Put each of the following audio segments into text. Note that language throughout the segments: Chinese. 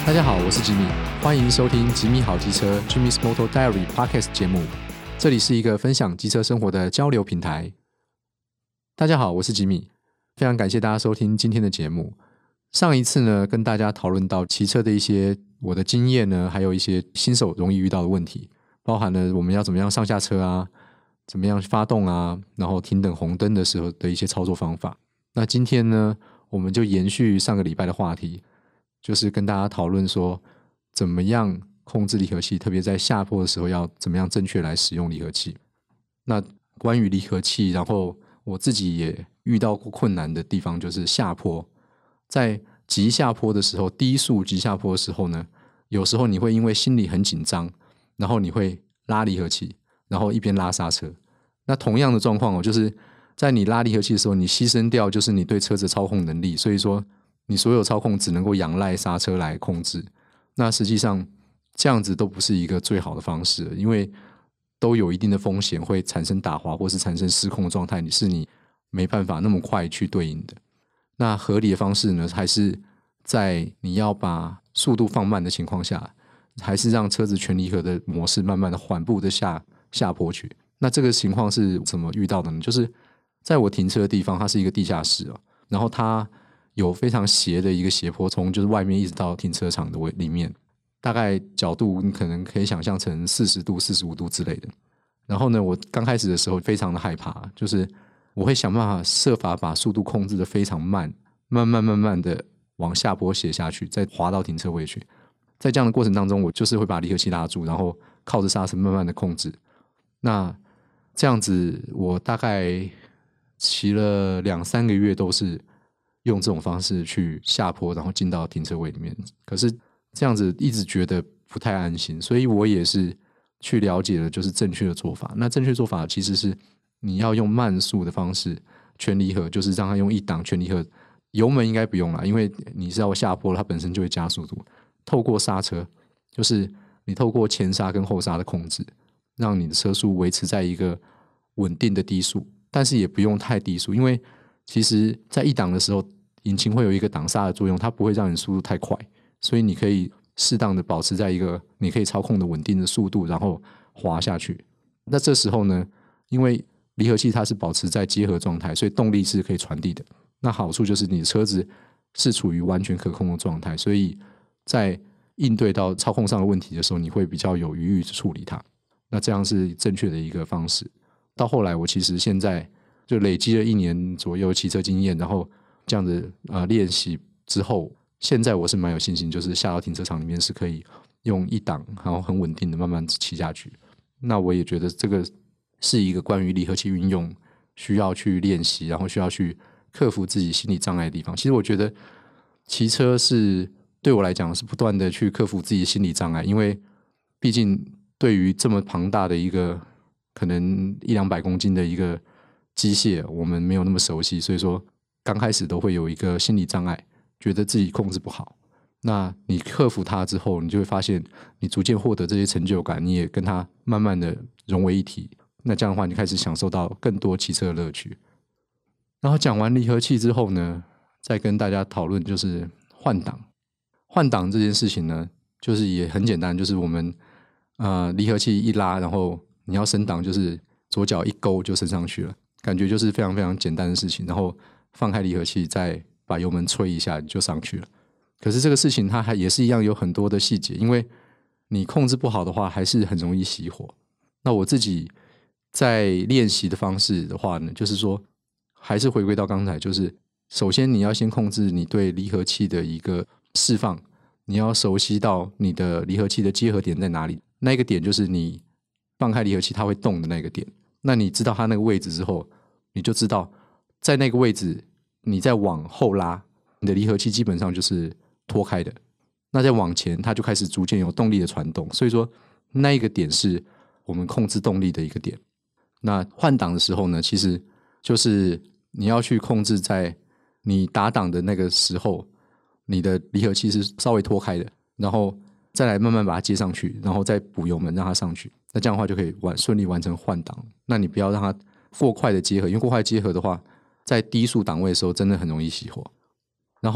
大家好，我是吉米，欢迎收听吉米好机车 Jimmy's Moto Diary Podcast 节目。这里是一个分享机车生活的交流平台。大家好，我是吉米，非常感谢大家收听今天的节目。上一次呢，跟大家讨论到骑车的一些我的经验呢，还有一些新手容易遇到的问题，包含了我们要怎么样上下车啊，怎么样发动啊，然后停等红灯的时候的一些操作方法。那今天呢，我们就延续上个礼拜的话题，就是跟大家讨论说怎么样控制离合器，特别在下坡的时候要怎么样正确来使用离合器。那关于离合器，然后我自己也遇到过困难的地方，就是下坡。在急下坡的时候，低速急下坡的时候呢，有时候你会因为心里很紧张，然后你会拉离合器，然后一边拉刹车。那同样的状况就是在你拉离合器的时候，你牺牲掉就是你对车子操控能力，所以说你所有操控只能够仰赖刹车来控制。那实际上这样子都不是一个最好的方式，因为都有一定的风险会产生打滑或是产生失控的状态，你没办法那么快去对应的。那合理的方式呢，还是在你要把速度放慢的情况下，还是让车子全离合的模式慢慢的缓步的下坡去。那这个情况是怎么遇到的呢？就是在我停车的地方，它是一个地下室然后它有非常斜的一个斜坡，从就是外面一直到停车场的里面，大概角度你可能可以想象成40度、45度之类的。然后呢，我刚开始的时候非常的害怕，就是我会想办法设法把速度控制的非常慢，慢慢的往下坡斜下去，再滑到停车位去。在这样的过程当中，我就是会把离合器拉住，然后靠着刹车慢慢的控制。那这样子我大概骑了2-3个月都是用这种方式去下坡，然后进到停车位里面。可是这样子一直觉得不太安心，所以我也是去了解了就是正确的做法。那正确做法其实是你要用慢速的方式全离合，就是让它用一档全离合，油门应该不用啦，因为你是要下坡，它本身就会加速度。透过刹车，就是你透过前刹跟后刹的控制，让你的车速维持在一个稳定的低速，但是也不用太低速，因为其实在一档的时候，引擎会有一个挡刹的作用，它不会让你速度太快，所以你可以适当的保持在一个你可以操控的稳定的速度，然后滑下去。那这时候呢，因为离合器它是保持在结合状态，所以动力是可以传递的。那好处就是你的车子是处于完全可控的状态，所以在应对到操控上的问题的时候，你会比较有余裕去处理它。那这样是正确的一个方式。到后来我其实现在就累积了1年左右骑车经验，然后这样的练习之后，现在我是蛮有信心，就是下到停车场里面是可以用一档，然后很稳定的慢慢骑下去。那我也觉得这个是一个关于离合器运用需要去练习，然后需要去克服自己心理障碍的地方。其实我觉得骑车是对我来讲是不断的去克服自己的心理障碍，因为毕竟对于这么庞大的一个可能100-200公斤的一个机械，我们没有那么熟悉，所以说刚开始都会有一个心理障碍，觉得自己控制不好。那你克服它之后，你就会发现你逐渐获得这些成就感，你也跟它慢慢的融为一体。那这样的话，你开始享受到更多骑车的乐趣。然后讲完离合器之后呢，再跟大家讨论就是换挡。换挡这件事情呢，就是也很简单，就是我们离合器一拉，然后你要升档，就是左脚一勾就升上去了，感觉就是非常非常简单的事情。然后放开离合器，再把油门吹一下，你就上去了。可是这个事情它还也是一样有很多的细节，因为你控制不好的话，还是很容易熄火。那我自己在练习的方式的话呢，就是说还是回归到刚才，就是首先你要先控制你对离合器的一个释放，你要熟悉到你的离合器的结合点在哪里，那个点就是你放开离合器它会动的那个点。那你知道它那个位置之后，你就知道在那个位置你再往后拉，你的离合器基本上就是脱开的。那再往前它就开始逐渐有动力的传动，所以说那一个点是我们控制动力的一个点。那换挡的时候呢，其实就是你要去控制在你打档的那个时候，你的离合器是稍微脱开的，然后再来慢慢把它接上去，然后再补油门让它上去。那这样的话就可以顺利完成换挡。那你不要让它过快的结合，因为过快结合的话，在低速档位的时候真的很容易熄火。然后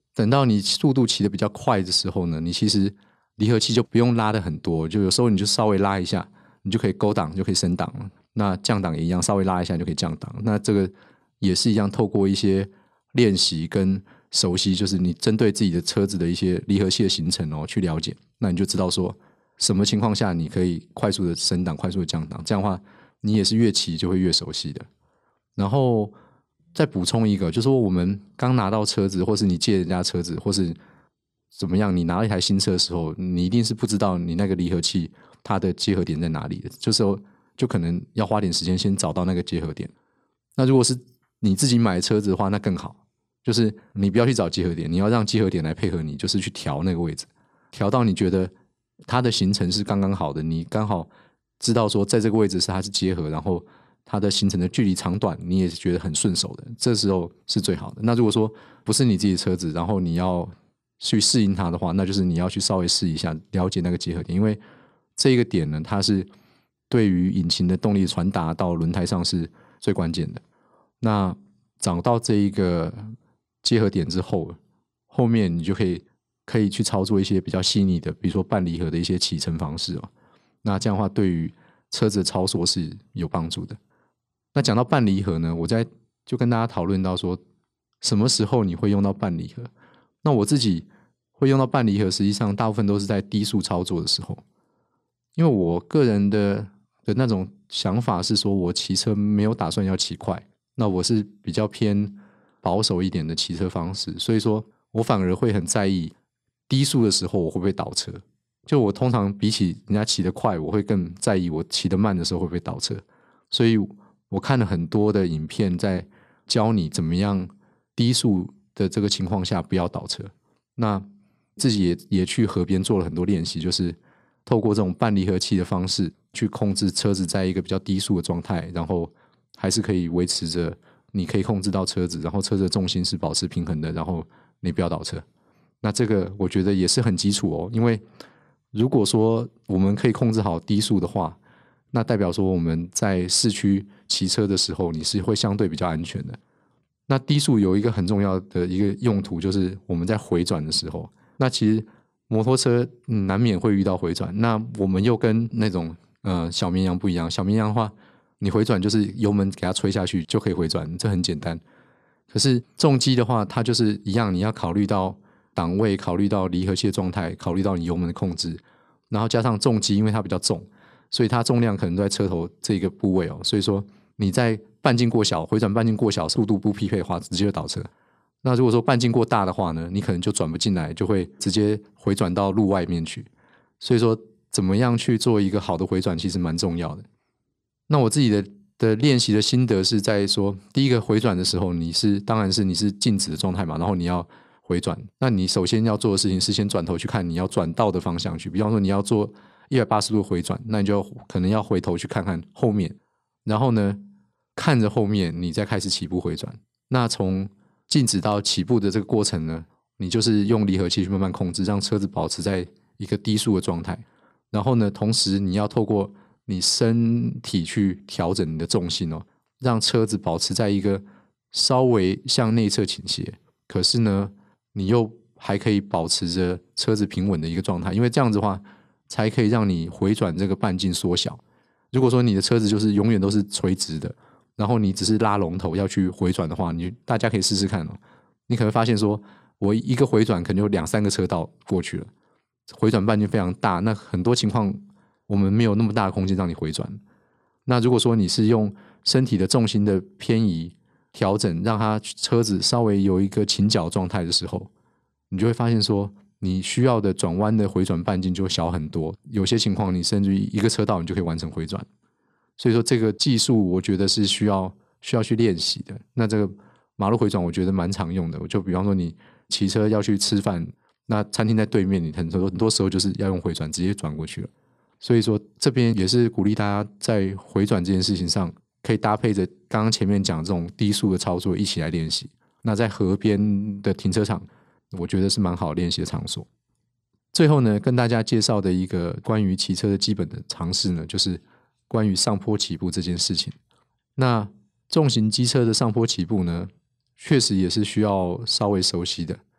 等到你速度骑得比较快的时候呢，你其实离合器就不用拉的很多，就有时候你就稍微拉一下，你就可以勾档，就可以升档了。那降档也一样，稍微拉一下就可以降档。那这个也是一样，透过一些练习跟熟悉，就是你针对自己的车子的一些离合器的形成去了解，那你就知道说什么情况下你可以快速的升档，快速的降档。这样的话，你也是越骑就会越熟悉的。然后再补充一个，就是说我们刚拿到车子，或是你借人家车子，或是怎么样，你拿到一台新车的时候，你一定是不知道你那个离合器它的结合点在哪里的，就可能要花点时间先找到那个结合点。那如果是你自己买车子的话，那更好，就是你不要去找结合点，你要让结合点来配合你，就是去调那个位置，调到你觉得它的行程是刚刚好的，你刚好知道说在这个位置是它是结合，然后它的行程的距离长短你也觉得很顺手的，这时候是最好的。那如果说不是你自己的车子，然后你要去适应它的话，那就是你要去稍微试一下，了解那个结合点，因为这个点呢，它是对于引擎的动力传达到轮胎上是最关键的。那找到这一个结合点之后，后面你就可以去操作一些比较细腻的，比如说半离合的一些骑乘方式那这样的话，对于车子的操作是有帮助的。那讲到半离合呢，我就跟大家讨论到说，什么时候你会用到半离合？那我自己会用到半离合，实际上大部分都是在低速操作的时候，因为我个人的那种想法是说，我骑车没有打算要骑快，那我是比较偏保守一点的骑车方式，所以说我反而会很在意低速的时候我会不会倒车。就我通常比起人家骑得快，我会更在意我骑得慢的时候会不会倒车。所以我看了很多的影片，在教你怎么样低速的这个情况下不要倒车。那自己也去河边做了很多练习，就是透过这种半离合器的方式去控制车子在一个比较低速的状态，然后还是可以维持着你可以控制到车子，然后车子的重心是保持平衡的，然后你不要倒车。那这个我觉得也是很基础因为如果说我们可以控制好低速的话，那代表说我们在市区骑车的时候，你是会相对比较安全的。那低速有一个很重要的一个用途，就是我们在回转的时候，那其实摩托车难免会遇到回转，那我们又跟那种小绵羊不一样，小绵羊的话，你回转就是油门给它吹下去就可以回转，这很简单。可是重机的话，它就是一样，你要考虑到档位，考虑到离合器的状态，考虑到你油门的控制，然后加上重机，因为它比较重，所以它重量可能都在车头这个部位所以说你在半径过小，回转半径过小，速度不匹配的话，直接就倒车。那如果说半径过大的话呢，你可能就转不进来，就会直接回转到路外面去。所以说怎么样去做一个好的回转其实蛮重要的。那我自己的练习的心得是在说，第一个回转的时候，当然是你是静止的状态嘛，然后你要回转，那你首先要做的事情是先转头去看你要转到的方向去。比方说你要做180度回转，那你就可能要回头去看看后面，然后呢看着后面你再开始起步回转。那从静止到起步的这个过程呢，你就是用离合器去慢慢控制，让车子保持在一个低速的状态。然后呢，同时你要透过你身体去调整你的重心让车子保持在一个稍微向内侧倾斜，可是呢你又还可以保持着车子平稳的一个状态，因为这样子的话才可以让你回转这个半径缩小。如果说你的车子就是永远都是垂直的，然后你只是拉龙头要去回转的话，大家可以试试看你可能发现说我一个回转可能有2-3个车道过去了，回转半径非常大，那很多情况我们没有那么大的空间让你回转。那如果说你是用身体的重心的偏移调整，让它车子稍微有一个倾角状态的时候，你就会发现说你需要的转弯的回转半径就小很多，有些情况你甚至于一个车道你就可以完成回转。所以说这个技术我觉得是需要去练习的。那这个马路回转我觉得蛮常用的，就比方说你骑车要去吃饭，那餐厅在对面，你很多时候就是要用回转直接转过去了。所以说这边也是鼓励大家在回转这件事情上可以搭配着刚刚前面讲这种低速的操作一起来练习。那在河边的停车场我觉得是蛮好练习的场所。最后呢，跟大家介绍的一个关于骑车的基本的常识呢，就是关于上坡起步这件事情。那重型机车的上坡起步呢，确实也是需要稍微熟悉的。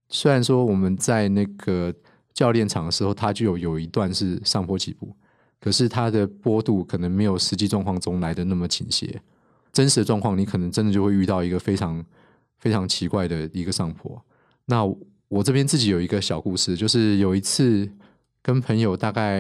虽然说我们在那个教练场的时候，它就有一段是上坡起步，可是它的坡度可能没有实际状况中来的那么倾斜。真实的状况，你可能真的就会遇到一个非常非常奇怪的一个上坡。那我这边自己有一个小故事，就是有一次跟朋友大概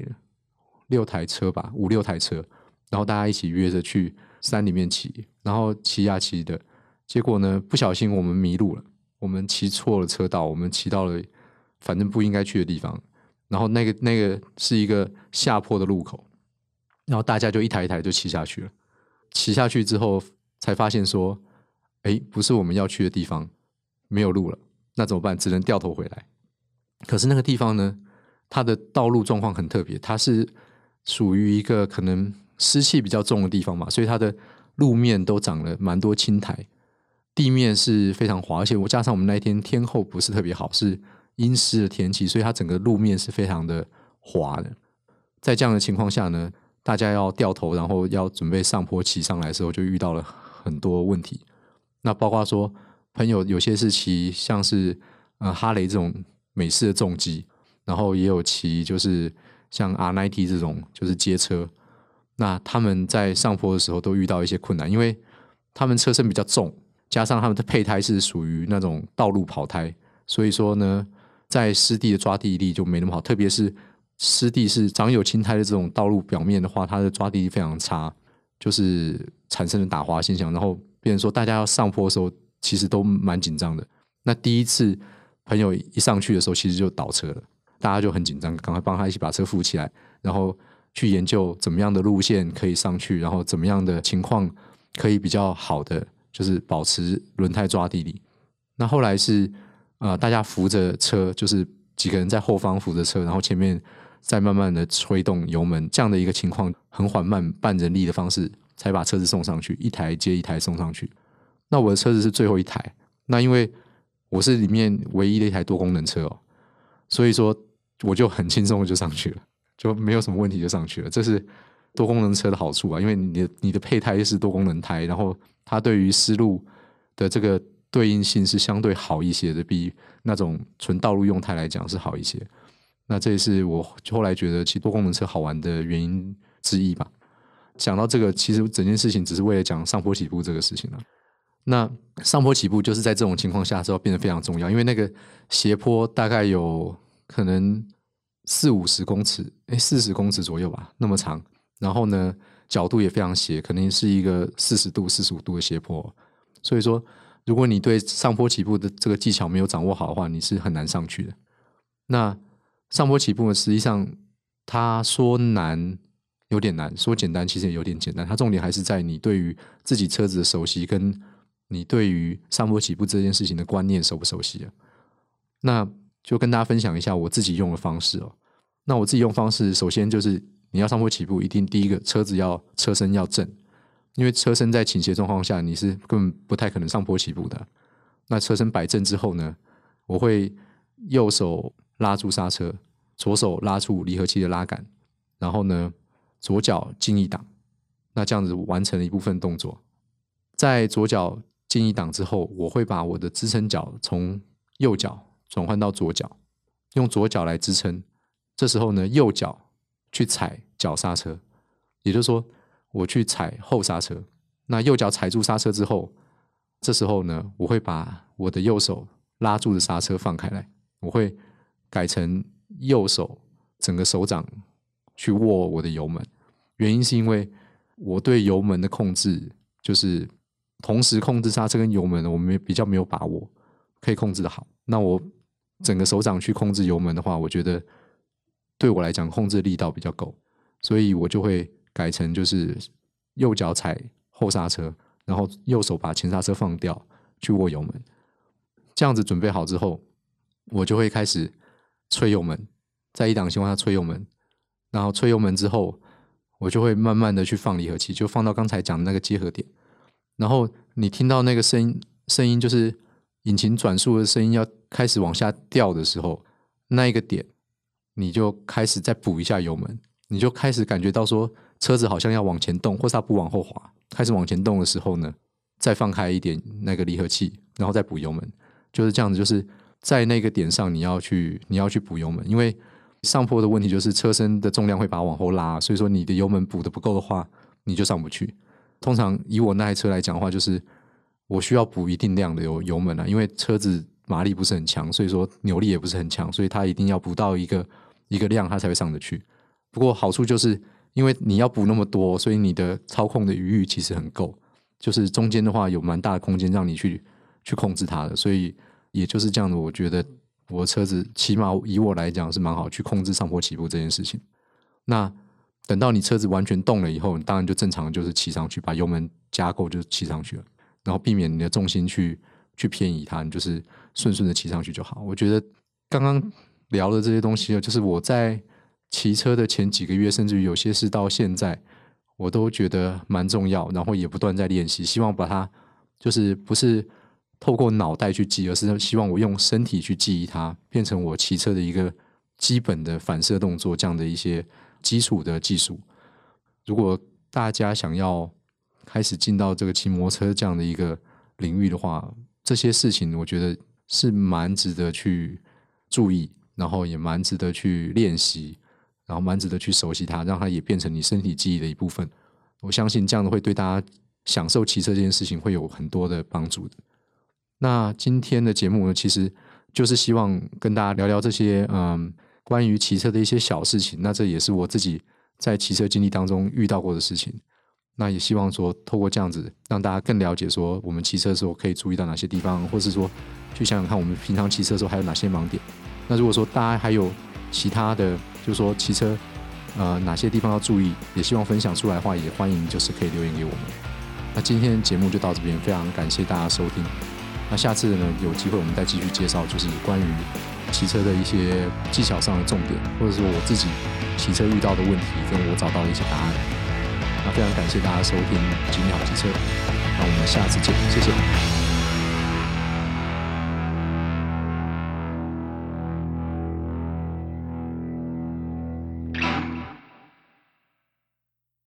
5、6台车，然后大家一起约着去山里面骑，然后骑呀骑的，结果呢不小心我们迷路了，我们骑错了车道，我们骑到了反正不应该去的地方，然后那个是一个下坡的路口，然后大家就一台一台就骑下去了。骑下去之后才发现说，不是我们要去的地方，没有路了，那怎么办？只能掉头回来。可是那个地方呢，它的道路状况很特别，它是属于一个可能湿气比较重的地方嘛，所以它的路面都长了蛮多青苔，地面是非常滑，而且加上我们那一天天候不是特别好，是阴湿的天气，所以它整个路面是非常的滑的。在这样的情况下呢，大家要掉头，然后要准备上坡骑上来的时候，就遇到了很多问题。那包括说，朋友有些是骑像是哈雷这种美式的重机，然后也有骑就是像 R90 这种就是街车。那他们在上坡的时候都遇到一些困难，因为他们车身比较重，加上他们的配胎是属于那种道路跑胎，所以说呢，在湿地的抓地力就没那么好，特别是湿地是长有青苔的这种道路表面的话，它的抓地力非常差，就是产生了打滑现象，然后变成说大家要上坡的时候其实都蛮紧张的。那第一次朋友一上去的时候其实就倒车了，大家就很紧张，赶快帮他一起把车扶起来，然后去研究怎么样的路线可以上去，然后怎么样的情况可以比较好的就是保持轮胎抓地力。那后来是大家扶着车，就是几个人在后方扶着车，然后前面再慢慢的吹动油门，这样的一个情况很缓慢半人力的方式才把车子送上去，一台接一台送上去。那我的车子是最后一台，那因为我是里面唯一的一台多功能车哦，所以说我就很轻松的就上去了，就没有什么问题就上去了。这是多功能车的好处啊，因为你的配胎是多功能胎，然后它对于湿路的这个对应性是相对好一些的，比那种纯道路用胎来讲是好一些。那这也是我后来觉得骑多功能车好玩的原因之一吧。讲到这个，其实整件事情只是为了讲上坡起步这个事情啊。那上坡起步就是在这种情况下之后变得非常重要，因为那个斜坡大概有可能40-50公尺，40公尺左右吧，那么长。然后呢，角度也非常斜，可能是一个40度、45度的斜坡。所以说，如果你对上坡起步的这个技巧没有掌握好的话，你是很难上去的。那上坡起步呢，实际上它说难有点难，说简单其实也有点简单。它重点还是在你对于自己车子的熟悉，跟你对于上坡起步这件事情的观念熟不熟悉啊？那就跟大家分享一下我自己用的方式哦。那我自己用方式，首先就是你要上坡起步，一定第一个车身要正，因为车身在倾斜状况下，你是根本不太可能上坡起步的。那车身摆正之后呢，我会右手拉住刹车，左手拉住离合器的拉杆，然后呢，左脚进一档，那这样子完成了一部分动作。在左脚进一档之后，我会把我的支撑脚从右脚转换到左脚，用左脚来支撑。这时候呢，右脚去踩脚刹车，也就是说，我去踩后刹车。那右脚踩住刹车之后，这时候呢，我会把我的右手拉住的刹车放开来，我会改成右手整个手掌去握我的油门。原因是因为我对油门的控制，就是同时控制刹车跟油门，我们比较没有把握可以控制的好。那我整个手掌去控制油门的话，我觉得对我来讲控制力道比较够，所以我就会改成就是右脚踩后刹车，然后右手把前刹车放掉去握油门。这样子准备好之后，我就会开始吹油门，在一档情况下吹油门，然后吹油门之后，我就会慢慢的去放离合器，就放到刚才讲的那个结合点。然后你听到那个声音就是引擎转速的声音要开始往下掉的时候，那一个点你就开始再补一下油门，你就开始感觉到说车子好像要往前动，或是它不往后滑，开始往前动的时候呢，再放开一点那个离合器，然后再补油门，就是这样子，就是在那个点上你要去补油门，因为上坡的问题就是车身的重量会把它往后拉，所以说你的油门补的不够的话，你就上不去。通常以我那台车来讲的话，就是我需要补一定量的油门因为车子马力不是很强，所以说扭力也不是很强，所以它一定要补到一个量，它才会上得去。不过好处就是因为你要补那么多，所以你的操控的余裕其实很够，就是中间的话有蛮大的空间让你去控制它的，所以也就是这样的，我觉得我的车子起码以我来讲是蛮好去控制上坡起步这件事情。那等到你车子完全动了以后，你当然就正常就是骑上去，把油门加够就骑上去了，然后避免你的重心去偏移它，你就是顺的骑上去就好。我觉得刚刚聊的这些东西就是我在骑车的前几个月，甚至于有些是到现在我都觉得蛮重要，然后也不断在练习，希望把它就是不是透过脑袋去记，而是希望我用身体去记忆它，变成我骑车的一个基本的反射动作，这样的一些基础的技术。如果大家想要开始进到这个骑摩托车这样的一个领域的话，这些事情我觉得是蛮值得去注意，然后也蛮值得去练习，然后蛮值得去熟悉它，让它也变成你身体记忆的一部分。我相信这样的会对大家享受骑车这件事情会有很多的帮助的。那今天的节目呢，其实就是希望跟大家聊聊这些关于骑车的一些小事情，那这也是我自己在骑车经历当中遇到过的事情。那也希望说透过这样子让大家更了解说我们骑车的时候可以注意到哪些地方，或是说去想想看我们平常骑车的时候还有哪些盲点。那如果说大家还有其他的就是说骑车哪些地方要注意，也希望分享出来的话，也欢迎就是可以留言给我们。那今天的节目就到这边，非常感谢大家收听。那下次呢，有机会我们再继续介绍就是关于骑车的一些技巧上的重点，或者说我自己骑车遇到的问题跟我找到的一些答案。那非常感谢大家收听吉米好骑车，那我们下次见，谢谢。